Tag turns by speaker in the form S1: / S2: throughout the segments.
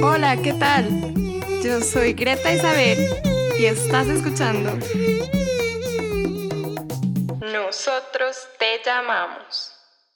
S1: Hola, ¿qué tal? Yo soy Greta Isabel y estás escuchando Nosotros te llamamos.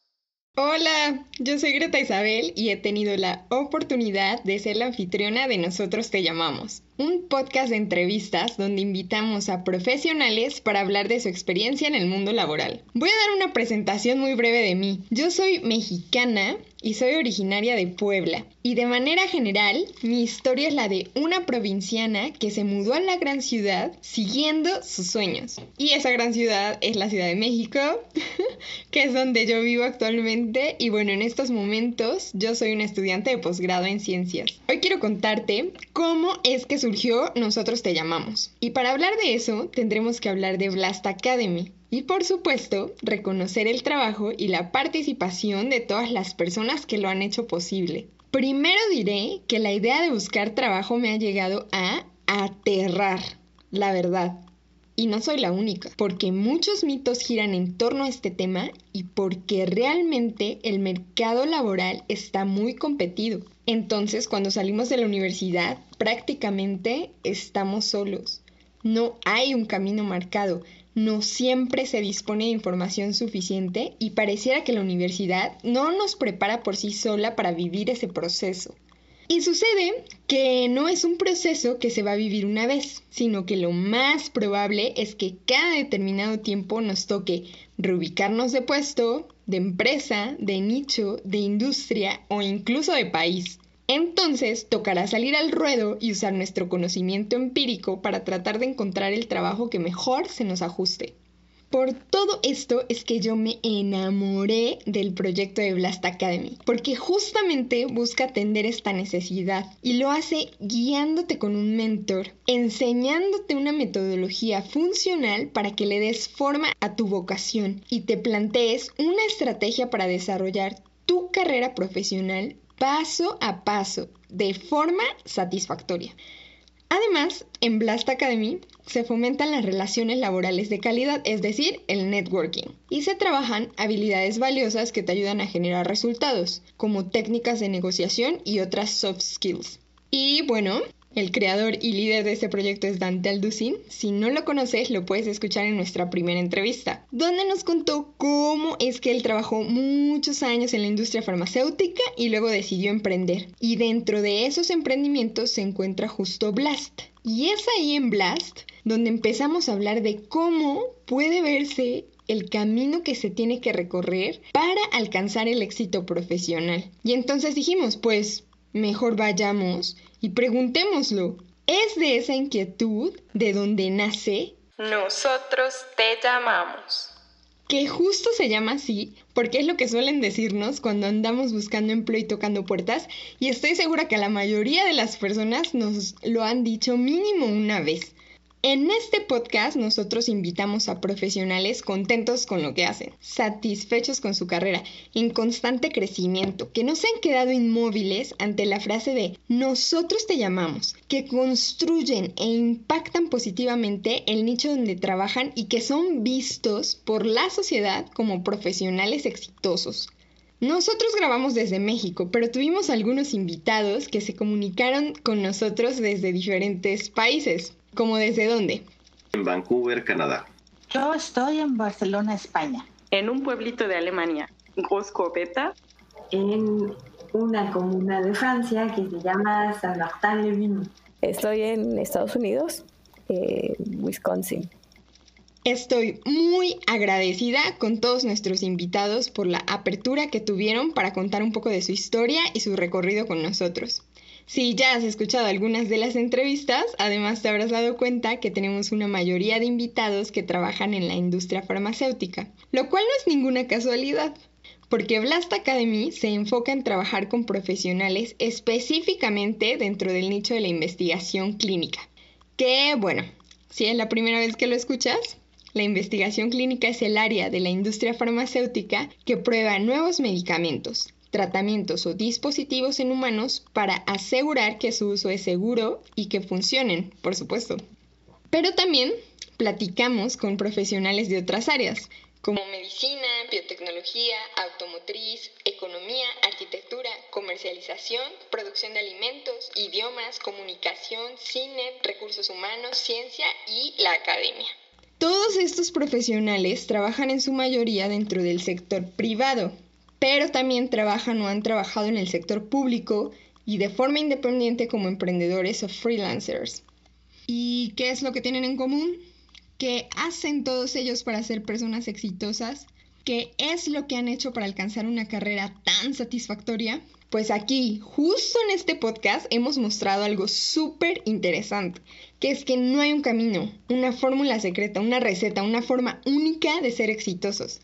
S1: Hola, yo soy Greta Isabel y he tenido la oportunidad de ser la anfitriona de Nosotros te llamamos, un podcast de entrevistas donde invitamos a profesionales para hablar de su experiencia en el mundo laboral. Voy a dar una presentación muy breve de mí. Yo soy mexicana y soy originaria de Puebla. Y de manera general, mi historia es la de una provinciana que se mudó a la gran ciudad siguiendo sus sueños. Y esa gran ciudad es la Ciudad de México, que es donde yo vivo actualmente. Y bueno, en estos momentos yo soy una estudiante de posgrado en ciencias. Hoy quiero contarte cómo es que surgió Nosotros te llamamos. Y para hablar de eso, tendremos que hablar de Blast Academy. Y por supuesto, reconocer el trabajo y la participación de todas las personas que lo han hecho posible. Primero diré que la idea de buscar trabajo me ha llegado a aterrar, la verdad. Y no soy la única, porque muchos mitos giran en torno a este tema y porque realmente el mercado laboral está muy competido. Entonces, cuando salimos de la universidad, prácticamente estamos solos. No hay un camino marcado. No siempre se dispone de información suficiente y pareciera que la universidad no nos prepara por sí sola para vivir ese proceso. Y sucede que no es un proceso que se va a vivir una vez, sino que lo más probable es que cada determinado tiempo nos toque reubicarnos de puesto, de empresa, de nicho, de industria o incluso de país. Entonces, tocará salir al ruedo y usar nuestro conocimiento empírico para tratar de encontrar el trabajo que mejor se nos ajuste. Por todo esto es que yo me enamoré del proyecto de Blast Academy, porque justamente busca atender esta necesidad y lo hace guiándote con un mentor, enseñándote una metodología funcional para que le des forma a tu vocación y te plantees una estrategia para desarrollar tu carrera profesional paso a paso, de forma satisfactoria. Además, en Blast Academy se fomentan las relaciones laborales de calidad, es decir, el networking, y se trabajan habilidades valiosas que te ayudan a generar resultados, como técnicas de negociación y otras soft skills. Y bueno, el creador y líder de este proyecto es Dante Alducin. Si no lo conoces, lo puedes escuchar en nuestra primera entrevista, donde nos contó cómo es que él trabajó muchos años en la industria farmacéutica y luego decidió emprender. Y dentro de esos emprendimientos se encuentra justo Blast. Y es ahí en Blast donde empezamos a hablar de cómo puede verse el camino que se tiene que recorrer para alcanzar el éxito profesional. Y entonces dijimos, pues mejor vayamos y preguntémoslo. ¿Es de esa inquietud de donde nace Nosotros te llamamos? Que justo se llama así porque es lo que suelen decirnos cuando andamos buscando empleo y tocando puertas, y estoy segura que a la mayoría de las personas nos lo han dicho mínimo una vez. En este podcast nosotros invitamos a profesionales contentos con lo que hacen, satisfechos con su carrera, en constante crecimiento, que no se han quedado inmóviles ante la frase de nosotros te llamamos, que construyen e impactan positivamente el nicho donde trabajan y que son vistos por la sociedad como profesionales exitosos. Nosotros grabamos desde México, pero tuvimos algunos invitados que se comunicaron con nosotros desde diferentes países. ¿Cómo desde dónde?
S2: En Vancouver, Canadá.
S3: Yo estoy en Barcelona, España.
S1: En un pueblito de Alemania, Großkopeta.
S4: En una comuna de Francia que se llama Saint-Martin-le-Vieux.
S5: Estoy en Estados Unidos, Wisconsin.
S1: Estoy muy agradecida con todos nuestros invitados por la apertura que tuvieron para contar un poco de su historia y su recorrido con nosotros. Si ya has escuchado algunas de las entrevistas, además te habrás dado cuenta que tenemos una mayoría de invitados que trabajan en la industria farmacéutica, lo cual no es ninguna casualidad, porque Blast Academy se enfoca en trabajar con profesionales específicamente dentro del nicho de la investigación clínica. Que bueno, si es la primera vez que lo escuchas, la investigación clínica es el área de la industria farmacéutica que prueba nuevos medicamentos, tratamientos o dispositivos en humanos para asegurar que su uso es seguro y que funcionen, por supuesto. Pero también platicamos con profesionales de otras áreas, como medicina, biotecnología, automotriz, economía, arquitectura, comercialización, producción de alimentos, idiomas, comunicación, cine, recursos humanos, ciencia y la academia. Todos estos profesionales trabajan en su mayoría dentro del sector privado, pero también trabajan o han trabajado en el sector público y de forma independiente como emprendedores o freelancers. ¿Y qué es lo que tienen en común? ¿Qué hacen todos ellos para ser personas exitosas? ¿Qué es lo que han hecho para alcanzar una carrera tan satisfactoria? Pues aquí, justo en este podcast, hemos mostrado algo súper interesante, que es que no hay un camino, una fórmula secreta, una receta, una forma única de ser exitosos.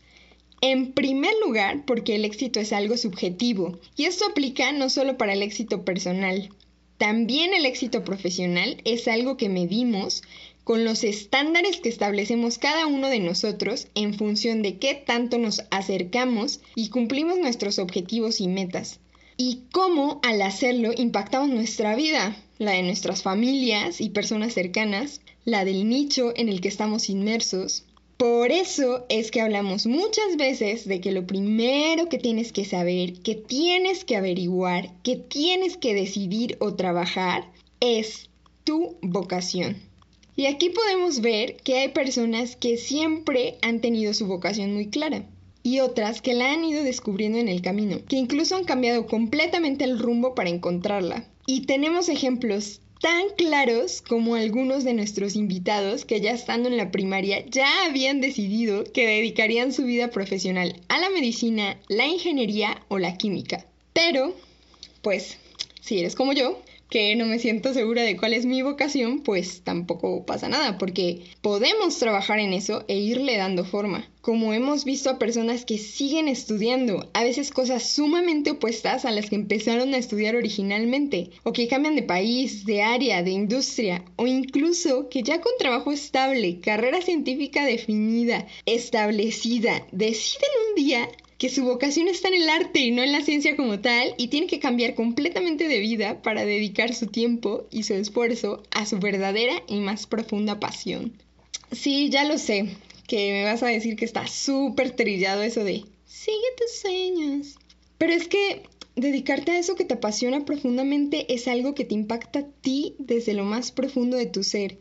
S1: En primer lugar, porque el éxito es algo subjetivo, y esto aplica no solo para el éxito personal, también el éxito profesional es algo que medimos con los estándares que establecemos cada uno de nosotros en función de qué tanto nos acercamos y cumplimos nuestros objetivos y metas. Y cómo al hacerlo impactamos nuestra vida, la de nuestras familias y personas cercanas, la del nicho en el que estamos inmersos. Por eso es que hablamos muchas veces de que lo primero que tienes que saber, que tienes que averiguar, que tienes que decidir o trabajar es tu vocación. Y aquí podemos ver que hay personas que siempre han tenido su vocación muy clara y otras que la han ido descubriendo en el camino, que incluso han cambiado completamente el rumbo para encontrarla. Y tenemos ejemplos tan claros como algunos de nuestros invitados que ya estando en la primaria ya habían decidido que dedicarían su vida profesional a la medicina, la ingeniería o la química. Pero, pues, si eres como yo, que no me siento segura de cuál es mi vocación, pues tampoco pasa nada, porque podemos trabajar en eso e irle dando forma. Como hemos visto a personas que siguen estudiando, a veces cosas sumamente opuestas a las que empezaron a estudiar originalmente, o que cambian de país, de área, de industria, o incluso que ya con trabajo estable, carrera científica definida, establecida, deciden un día que su vocación está en el arte y no en la ciencia como tal, y tiene que cambiar completamente de vida para dedicar su tiempo y su esfuerzo a su verdadera y más profunda pasión. Sí, ya lo sé, que me vas a decir que está súper trillado eso de sigue tus sueños. Pero es que dedicarte a eso que te apasiona profundamente es algo que te impacta a ti desde lo más profundo de tu ser.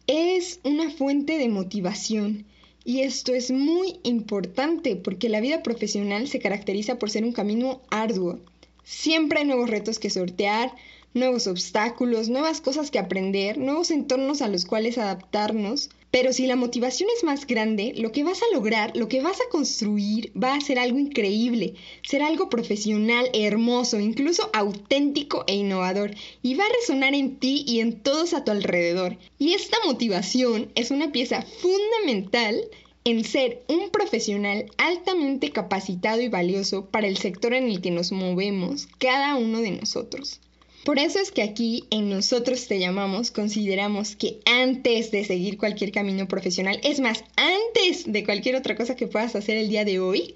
S1: Es una fuente de motivación. Y esto es muy importante porque la vida profesional se caracteriza por ser un camino arduo. Siempre hay nuevos retos que sortear, nuevos obstáculos, nuevas cosas que aprender, nuevos entornos a los cuales adaptarnos. Pero si la motivación es más grande, lo que vas a lograr, lo que vas a construir va a ser algo increíble, será algo profesional, hermoso, incluso auténtico e innovador, y va a resonar en ti y en todos a tu alrededor. Y esta motivación es una pieza fundamental en ser un profesional altamente capacitado y valioso para el sector en el que nos movemos cada uno de nosotros. Por eso es que aquí en Nosotros Te Llamamos consideramos que antes de seguir cualquier camino profesional, es más, antes de cualquier otra cosa que puedas hacer el día de hoy,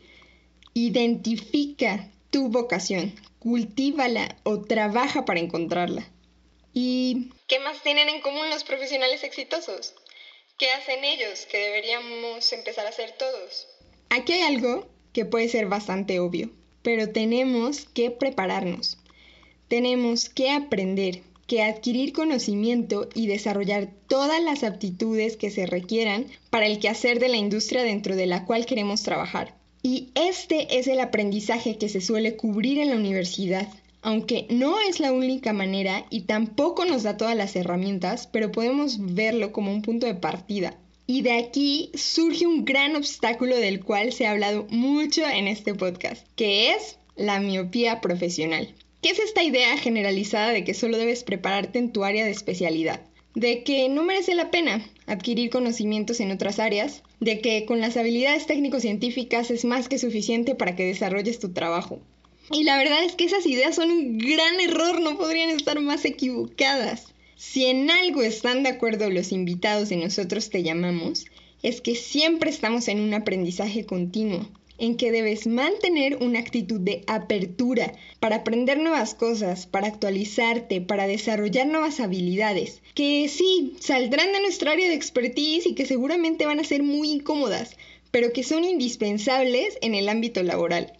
S1: identifica tu vocación, cultívala o trabaja para encontrarla. ¿Y qué más tienen en común los profesionales exitosos? ¿Qué hacen ellos que deberíamos empezar a hacer todos? Aquí hay algo que puede ser bastante obvio, pero tenemos que prepararnos. Tenemos que aprender, que adquirir conocimiento y desarrollar todas las aptitudes que se requieran para el quehacer de la industria dentro de la cual queremos trabajar. Y este es el aprendizaje que se suele cubrir en la universidad, aunque no es la única manera y tampoco nos da todas las herramientas, pero podemos verlo como un punto de partida. Y de aquí surge un gran obstáculo del cual se ha hablado mucho en este podcast, que es la miopía profesional. ¿Qué es esta idea generalizada de que solo debes prepararte en tu área de especialidad? De que no merece la pena adquirir conocimientos en otras áreas, de que con las habilidades técnico-científicas es más que suficiente para que desarrolles tu trabajo. Y la verdad es que esas ideas son un gran error, no podrían estar más equivocadas. Si en algo están de acuerdo los invitados de Nosotros Te Llamamos, es que siempre estamos en un aprendizaje continuo, en que debes mantener una actitud de apertura para aprender nuevas cosas, para actualizarte, para desarrollar nuevas habilidades, que sí, saldrán de nuestra área de expertise y que seguramente van a ser muy incómodas, pero que son indispensables en el ámbito laboral.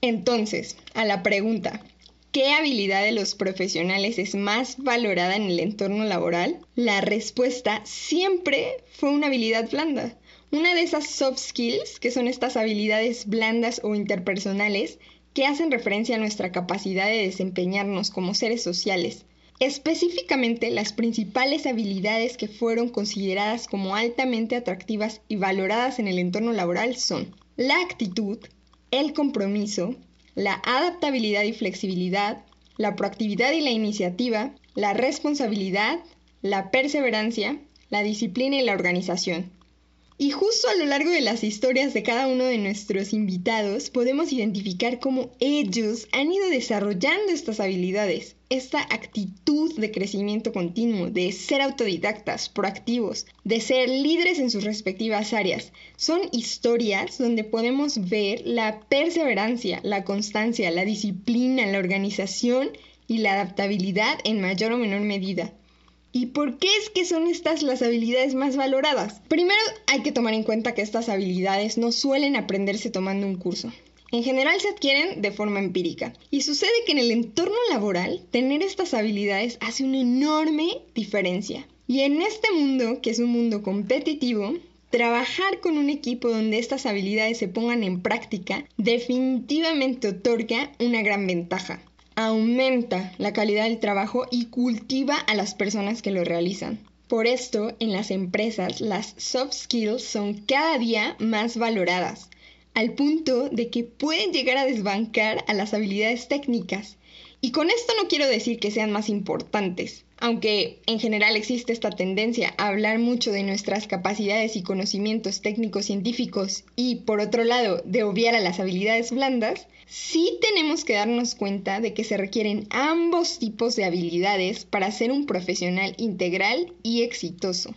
S1: Entonces, a la pregunta, ¿qué habilidad de los profesionales es más valorada en el entorno laboral? La respuesta siempre fue una habilidad blanda. Una de esas soft skills, que son estas habilidades blandas o interpersonales, que hacen referencia a nuestra capacidad de desempeñarnos como seres sociales. Específicamente, las principales habilidades que fueron consideradas como altamente atractivas y valoradas en el entorno laboral son la actitud, el compromiso, la adaptabilidad y flexibilidad, la proactividad y la iniciativa, la responsabilidad, la perseverancia, la disciplina y la organización. Y justo a lo largo de las historias de cada uno de nuestros invitados podemos identificar cómo ellos han ido desarrollando estas habilidades, esta actitud de crecimiento continuo, de ser autodidactas, proactivos, de ser líderes en sus respectivas áreas. Son historias donde podemos ver la perseverancia, la constancia, la disciplina, la organización y la adaptabilidad en mayor o menor medida. ¿Y por qué es que son estas las habilidades más valoradas? Primero, hay que tomar en cuenta que estas habilidades no suelen aprenderse tomando un curso. En general se adquieren de forma empírica. Y sucede que en el entorno laboral, tener estas habilidades hace una enorme diferencia. Y en este mundo, que es un mundo competitivo, trabajar con un equipo donde estas habilidades se pongan en práctica definitivamente otorga una gran ventaja. Aumenta la calidad del trabajo y cultiva a las personas que lo realizan. Por esto, en las empresas, las soft skills son cada día más valoradas, al punto de que pueden llegar a desbancar a las habilidades técnicas. Y con esto no quiero decir que sean más importantes, aunque en general existe esta tendencia a hablar mucho de nuestras capacidades y conocimientos técnicos científicos y, por otro lado, de obviar a las habilidades blandas. Sí tenemos que darnos cuenta de que se requieren ambos tipos de habilidades para ser un profesional integral y exitoso.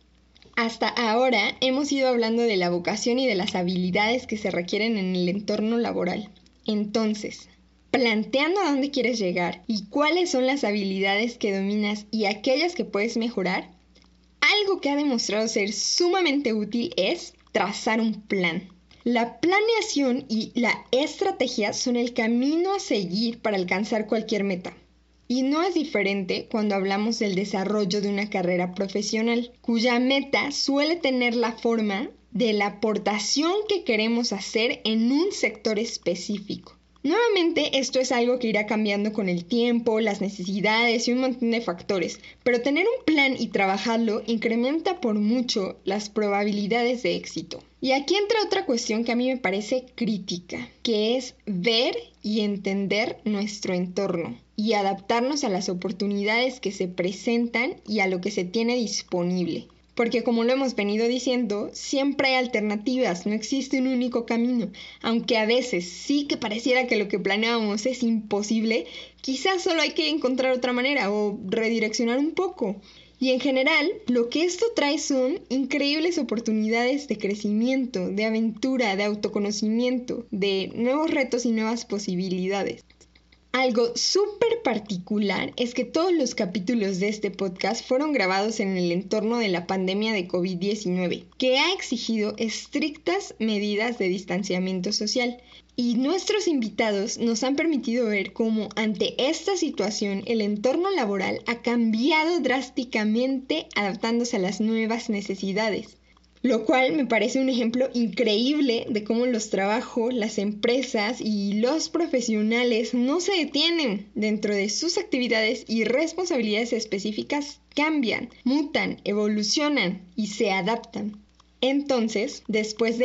S1: Hasta ahora hemos ido hablando de la vocación y de las habilidades que se requieren en el entorno laboral. Entonces, planteando a dónde quieres llegar y cuáles son las habilidades que dominas y aquellas que puedes mejorar, algo que ha demostrado ser sumamente útil es trazar un plan. La planeación y la estrategia son el camino a seguir para alcanzar cualquier meta. Y no es diferente cuando hablamos del desarrollo de una carrera profesional, cuya meta suele tener la forma de la aportación que queremos hacer en un sector específico. Nuevamente, esto es algo que irá cambiando con el tiempo, las necesidades y un montón de factores, pero tener un plan y trabajarlo incrementa por mucho las probabilidades de éxito. Y aquí entra otra cuestión que a mí me parece crítica, que es ver y entender nuestro entorno y adaptarnos a las oportunidades que se presentan y a lo que se tiene disponible. Porque como lo hemos venido diciendo, siempre hay alternativas, no existe un único camino. Aunque a veces sí que pareciera que lo que planeábamos es imposible, quizás solo hay que encontrar otra manera o redireccionar un poco. Y en general, lo que esto trae son increíbles oportunidades de crecimiento, de aventura, de autoconocimiento, de nuevos retos y nuevas posibilidades. Algo súper particular es que todos los capítulos de este podcast fueron grabados en el entorno de la pandemia de COVID-19, que ha exigido estrictas medidas de distanciamiento social. Y nuestros invitados nos han permitido ver cómo ante esta situación el entorno laboral ha cambiado drásticamente adaptándose a las nuevas necesidades. Lo cual me parece un ejemplo increíble de cómo los trabajos, las empresas y los profesionales no se detienen dentro de sus actividades y responsabilidades específicas, cambian, mutan, evolucionan y se adaptan. Entonces, después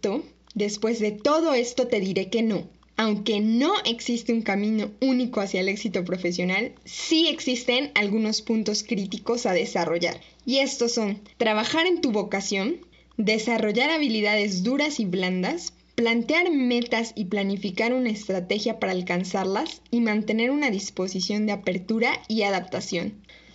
S1: de todo esto te diré que no. Aunque no existe un camino único hacia el éxito profesional, sí existen algunos puntos críticos a desarrollar. Y estos son: trabajar en tu vocación, desarrollar habilidades duras y blandas, plantear metas y planificar una estrategia para alcanzarlas, y mantener una disposición de apertura y adaptación.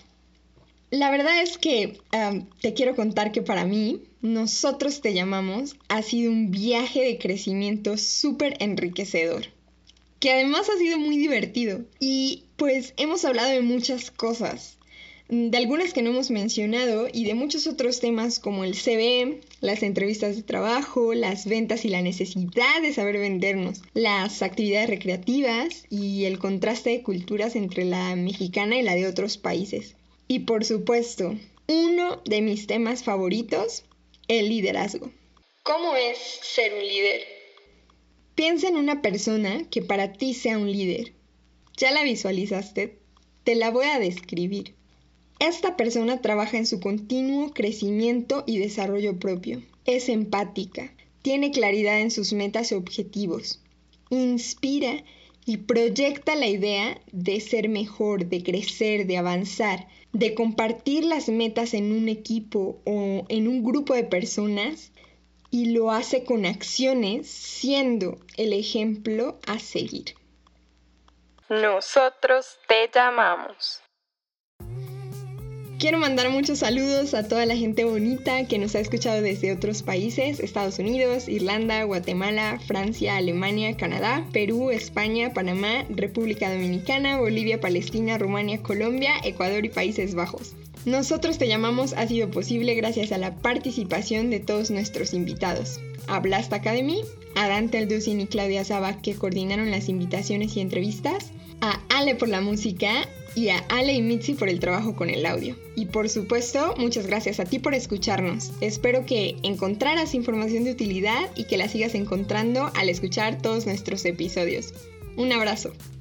S1: La verdad es que te quiero contar que para mí, Nosotros Te Llamamos ha sido un viaje de crecimiento súper enriquecedor, que además ha sido muy divertido. Y pues hemos hablado de muchas cosas, de algunas que no hemos mencionado y de muchos otros temas como el CV, las entrevistas de trabajo, las ventas y la necesidad de saber vendernos, las actividades recreativas y el contraste de culturas entre la mexicana y la de otros países. Y por supuesto, uno de mis temas favoritos, el liderazgo. ¿Cómo es ser un líder? Piensa en una persona que para ti sea un líder. ¿Ya la visualizaste? Te la voy a describir. Esta persona trabaja en su continuo crecimiento y desarrollo propio. Es empática, tiene claridad en sus metas y objetivos, inspira y proyecta la idea de ser mejor, de crecer, de avanzar, de compartir las metas en un equipo o en un grupo de personas y lo hace con acciones, siendo el ejemplo a seguir. Nosotros te llamamos. Quiero mandar muchos saludos a toda la gente bonita que nos ha escuchado desde otros países, Estados Unidos, Irlanda, Guatemala, Francia, Alemania, Canadá, Perú, España, Panamá, República Dominicana, Bolivia, Palestina, Rumania, Colombia, Ecuador y Países Bajos. Nosotros te llamamos ha sido posible gracias a la participación de todos nuestros invitados. A Blast Academy, a Dante Alducin y Claudia Saba que coordinaron las invitaciones y entrevistas, a Ale por la música y a Ale y Mitzi por el trabajo con el audio. Y por supuesto, muchas gracias a ti por escucharnos. Espero que encontraras información de utilidad y que la sigas encontrando al escuchar todos nuestros episodios. Un abrazo.